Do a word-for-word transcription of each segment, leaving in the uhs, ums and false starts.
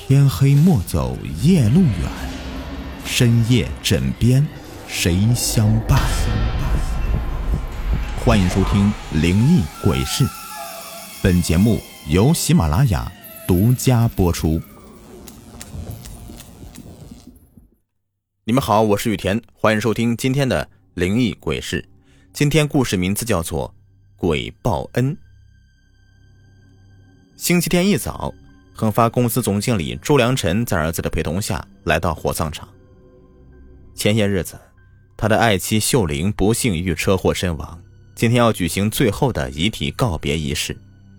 天黑莫走夜路远，深夜枕边谁相伴。欢迎收听灵异鬼事，本节目由喜马拉雅独家播出。你们好，我是雨田，欢迎收听今天的灵异鬼事。今天故事名字叫做鬼报恩。星期天一早，恒发公司总经理朱良辰在儿子的陪同下来到火葬场。前些日子，他的爱妻秀玲不幸遇车祸身亡，今天要举行最后的遗体告别仪式。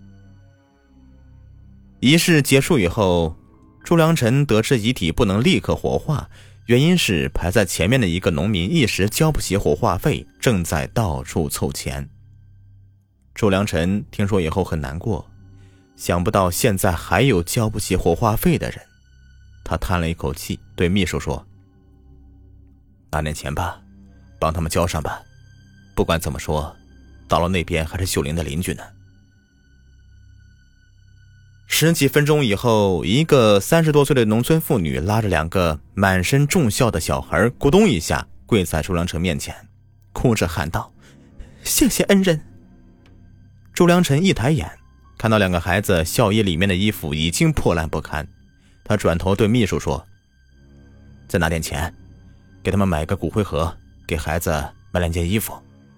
仪式结束以后，朱良辰得知遗体不能立刻火化，原因是排在前面的一个农民一时交不起火化费，正在到处凑钱。朱良辰听说以后很难过，想不到现在还有交不起火化费的人。他叹了一口气，对秘书说：拿点钱吧，帮他们交上吧，不管怎么说，到了那边还是秀玲的邻居呢。十几分钟以后，一个三十多岁的农村妇女拉着两个满身重孝的小孩，咕咚一下跪在朱良辰面前，哭着喊道：谢谢恩人。朱良辰一抬眼，看到两个孩子孝衣里面的衣服已经破烂不堪，他转头对秘书说：再拿点钱，给他们买个骨灰盒，给孩子买两件衣服。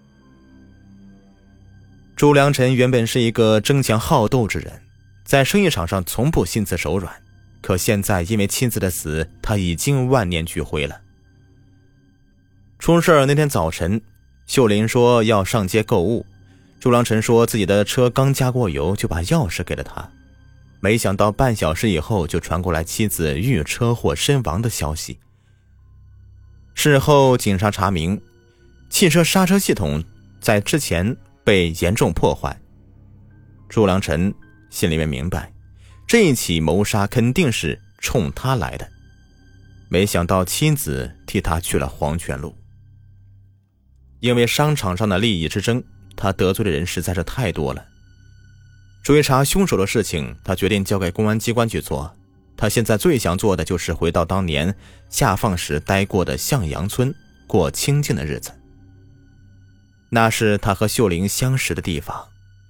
朱良辰原本是一个争强好斗之人，在生意场上从不心慈手软，可现在因为妻子的死，他已经万念俱灰了。出事那天早晨，秀玲说要上街购物，朱良辰说自己的车刚加过油，就把钥匙给了他。没想到半小时以后就传过来妻子遇车祸身亡的消息。事后警察查明，汽车刹车系统在之前被严重破坏。朱良辰心里面明白，这一起谋杀肯定是冲他来的，没想到妻子替他去了黄泉路。因为商场上的利益之争，他得罪的人实在是太多了。追查凶手的事情，他决定交给公安机关去做。他现在最想做的就是回到当年下放时待过的向阳村，过清静的日子。那是他和秀玲相识的地方。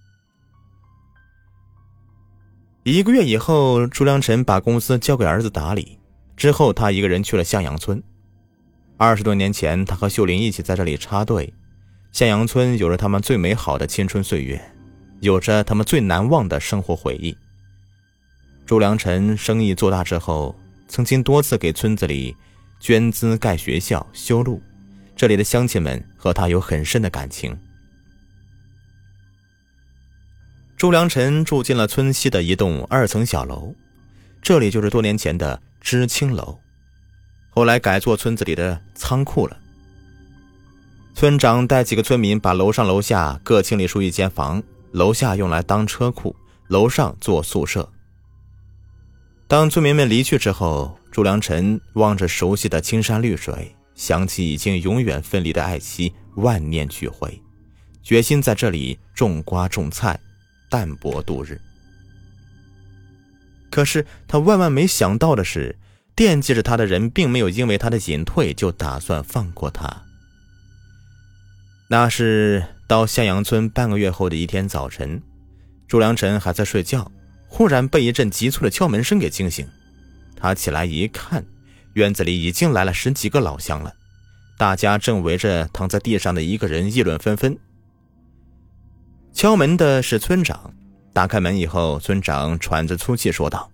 一个月以后，朱良辰把公司交给儿子打理，之后他一个人去了向阳村。二十多年前，他和秀玲一起在这里插队。向阳村有着他们最美好的青春岁月，有着他们最难忘的生活回忆。朱良辰生意做大之后，曾经多次给村子里捐资盖学校修路，这里的乡亲们和他有很深的感情。朱良辰住进了村西的一栋二层小楼，这里就是多年前的知青楼，后来改做村子里的仓库了。村长带几个村民把楼上楼下各清理出一间房，楼下用来当车库，楼上做宿舍。当村民们离去之后，朱良辰望着熟悉的青山绿水，想起已经永远分离的爱妻，万念俱灰，决心在这里种瓜种菜，淡泊度日。可是他万万没想到的是，惦记着他的人并没有因为他的隐退就打算放过他。那是到向阳村半个月后的一天早晨，朱良辰还在睡觉，忽然被一阵急促的敲门声给惊醒。他起来一看，院子里已经来了十几个老乡了，大家正围着躺在地上的一个人议论纷纷。敲门的是村长，打开门以后，村长喘着粗气说道：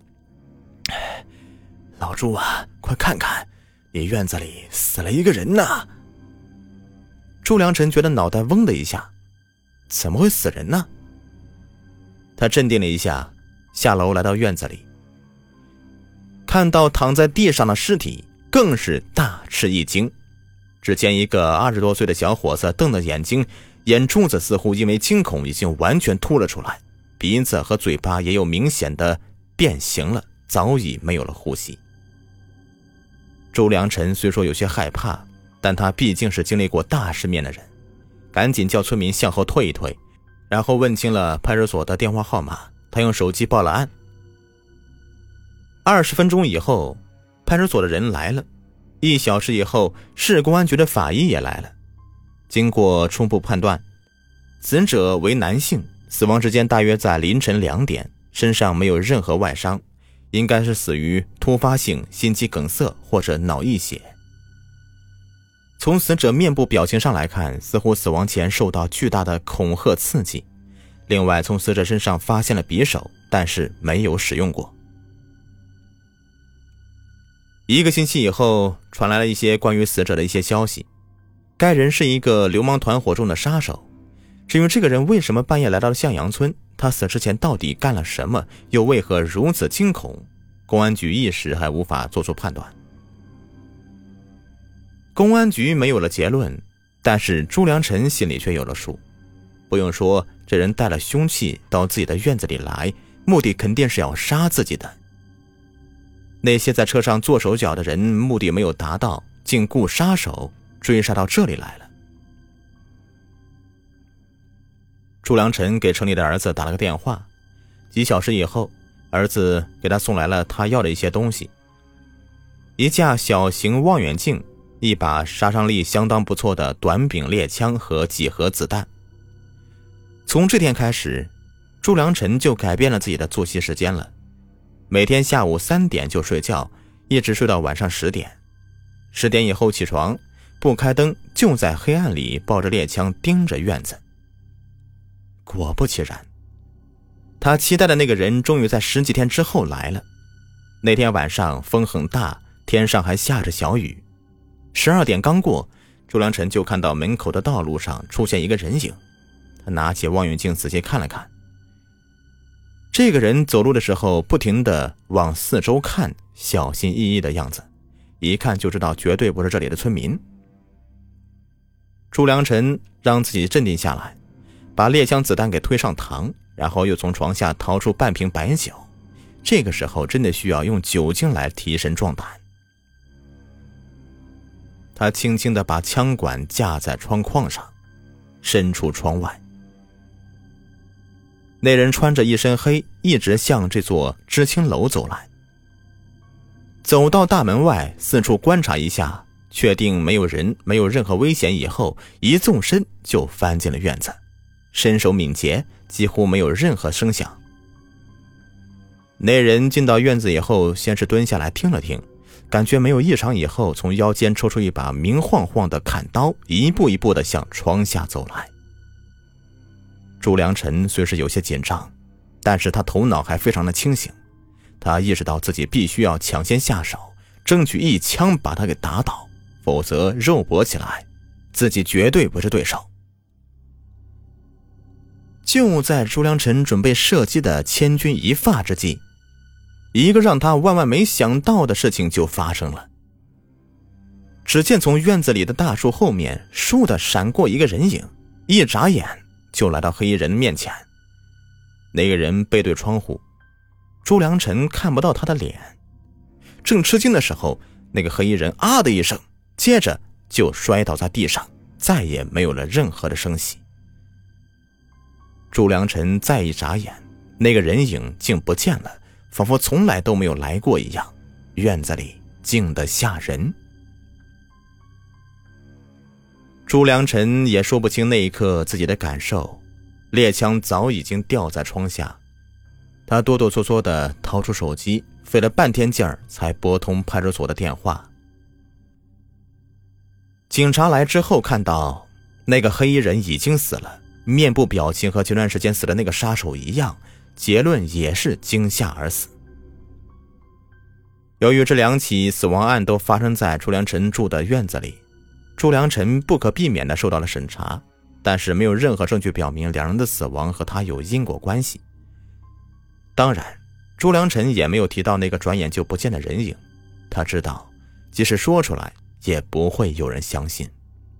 老朱啊，快看看，你院子里死了一个人呐！朱良辰觉得脑袋嗡的一下，怎么会死人呢？他镇定了一下，下楼来到院子里，看到躺在地上的尸体，更是大吃一惊。只见一个二十多岁的小伙子瞪着眼睛，眼珠子似乎因为惊恐已经完全凸了出来，鼻子和嘴巴也有明显的变形了，早已没有了呼吸。朱良辰虽说有些害怕，但他毕竟是经历过大世面的人，赶紧叫村民向后退一退，然后问清了派出所的电话号码，他用手机报了案。 二十分钟以后，派出所的人来了。一小时以后，市公安局的法医也来了。经过初步判断，死者为男性，死亡时间大约在凌晨两点，身上没有任何外伤，应该是死于突发性心肌梗塞或者脑溢血。从死者面部表情上来看，似乎死亡前受到巨大的恐吓刺激。另外，从死者身上发现了匕首，但是没有使用过。一个星期以后，传来了一些关于死者的一些消息。该人是一个流氓团伙中的杀手。至于这个人为什么半夜来到了向阳村，他死之前到底干了什么，又为何如此惊恐，公安局一时还无法做出判断。公安局没有了结论，但是朱良辰心里却有了数。不用说，这人带了凶器到自己的院子里来，目的肯定是要杀自己的。那些在车上做手脚的人目的没有达到，竟雇杀手追杀到这里来了。朱良辰给城里的儿子打了个电话，几小时以后，儿子给他送来了他要的一些东西：一架小型望远镜，一把杀伤力相当不错的短柄猎枪和几盒子弹。从这天开始，朱良辰就改变了自己的作息时间了。每天下午三点就睡觉，一直睡到晚上十点。十点以后起床，不开灯，就在黑暗里抱着猎枪盯着院子。果不其然，他期待的那个人终于在十几天之后来了。那天晚上风很大，天上还下着小雨。十二点刚过，朱良辰就看到门口的道路上出现一个人影。他拿起望远镜仔细看了看，这个人走路的时候不停地往四周看，小心翼翼的样子，一看就知道绝对不是这里的村民。朱良辰让自己镇定下来，把猎枪子弹给推上膛，然后又从床下掏出半瓶白酒。这个时候真的需要用酒精来提神壮胆。他轻轻地把枪管架在窗框上，伸出窗外。那人穿着一身黑，一直向这座知青楼走来。走到大门外，四处观察一下，确定没有人，没有任何危险以后，一纵身就翻进了院子，身手敏捷，几乎没有任何声响。那人进到院子以后，先是蹲下来听了听，感觉没有异常以后，从腰间抽出一把明晃晃的砍刀，一步一步地向窗下走来。朱良辰虽是有些紧张，但是他头脑还非常的清醒。他意识到自己必须要抢先下手，争取一枪把他给打倒，否则肉搏起来，自己绝对不是对手。就在朱良辰准备射击的千钧一发之际，一个让他万万没想到的事情就发生了。只见从院子里的大树后面倏地闪过一个人影，一眨眼就来到黑衣人面前。那个人背对窗户，朱良辰看不到他的脸。正吃惊的时候，那个黑衣人啊的一声，接着就摔倒在地上，再也没有了任何的声息。朱良辰再一眨眼，那个人影竟不见了，仿佛从来都没有来过一样。院子里静得吓人。朱良辰也说不清那一刻自己的感受，猎枪早已经掉在窗下。他哆哆嗦嗦地掏出手机，费了半天劲儿才拨通派出所的电话。警察来之后看到那个黑衣人已经死了，面部表情和前段时间死的那个杀手一样，结论也是惊吓而死。由于这两起死亡案都发生在朱良辰住的院子里，朱良辰不可避免地受到了审查，但是没有任何证据表明两人的死亡和他有因果关系。当然，朱良辰也没有提到那个转眼就不见的人影，他知道即使说出来也不会有人相信。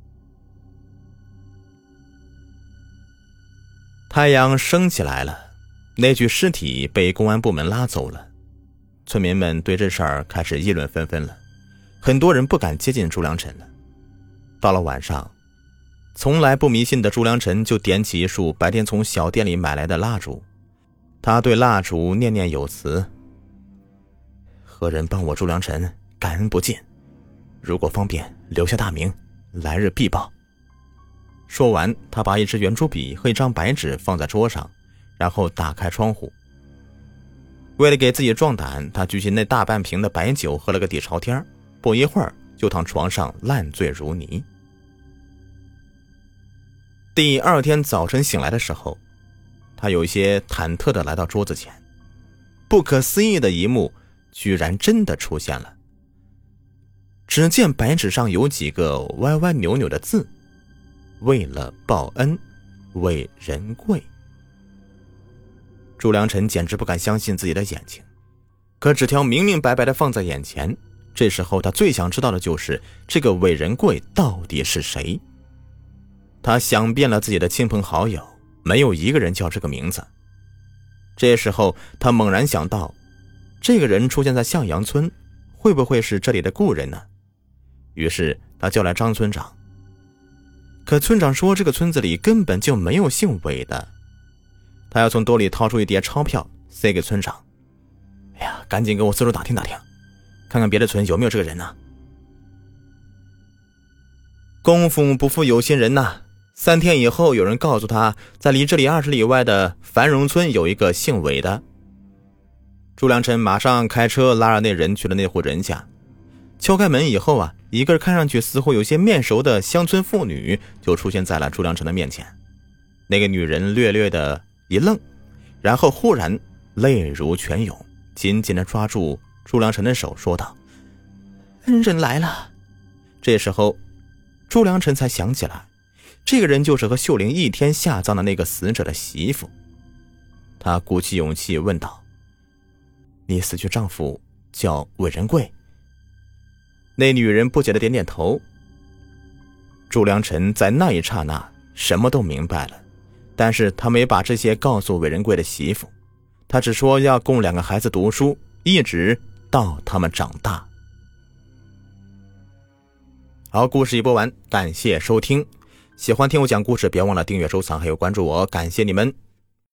太阳升起来了，那具尸体被公安部门拉走了。村民们对这事儿开始议论纷纷了，很多人不敢接近朱良辰了。到了晚上，从来不迷信的朱良辰就点起一束白天从小店里买来的蜡烛，他对蜡烛念念有词： 何人帮我朱良辰，感恩不尽。如果方便，留下大名，来日必报。说完，他把一支圆珠笔和一张白纸放在桌上，然后打开窗户。为了给自己壮胆，他举起那大半瓶的白酒喝了个底朝天，不一会儿就躺床上烂醉如泥。第二天早晨醒来的时候，他有一些忐忑地来到桌子前，不可思议的一幕居然真的出现了。只见白纸上有几个歪歪扭扭的字：为了报恩，为人贵。朱良辰简直不敢相信自己的眼睛，可纸条明明白白地放在眼前，这时候他最想知道的就是这个伟人贵到底是谁。他想遍了自己的亲朋好友，没有一个人叫这个名字。这时候他猛然想到，这个人出现在向阳村，会不会是这里的故人呢？于是他叫来张村长，可村长说这个村子里根本就没有姓韦的。他要从兜里掏出一叠钞票塞给村长，哎呀，赶紧给我四处打听打听，看看别的村有没有这个人呢。功夫不负有心人呐，三天以后有人告诉他，在离这里二十里外的繁荣村有一个姓韦的。朱良辰马上开车拉着那人去了那户人家，敲开门以后啊，一个看上去似乎有些面熟的乡村妇女就出现在了朱良辰的面前。那个女人略略的一愣，然后忽然泪如泉涌，紧紧地抓住朱良辰的手说道：恩人来了。这时候朱良辰才想起来，这个人就是和秀玲一天下葬的那个死者的媳妇。他鼓起勇气问道：你死去丈夫叫韦仁贵？那女人不解地点点头。朱良辰在那一刹那什么都明白了，但是他没把这些告诉韦仁贵的媳妇，他只说要供两个孩子读书，一直到他们长大。好，故事一播完，感谢收听。喜欢听我讲故事，别忘了订阅收藏还有关注我，感谢你们。